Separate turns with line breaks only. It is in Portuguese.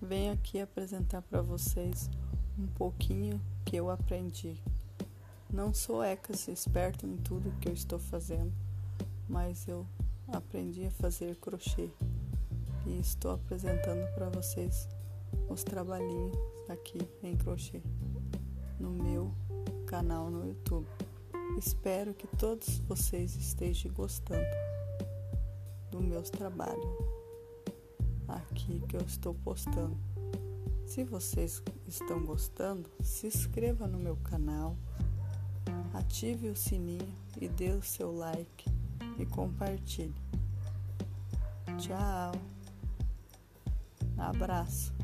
Venho aqui apresentar para vocês um pouquinho que eu aprendi. Não sou esperto em tudo que eu estou fazendo, mas eu aprendi a fazer crochê e estou apresentando para vocês os trabalhinhos aqui em crochê no meu canal no YouTube. Espero que todos vocês estejam gostando dos meus trabalhos aqui que eu estou postando. Se vocês estão gostando, se inscreva no meu canal, ative o sininho e dê o seu like e compartilhe. Tchau, abraço.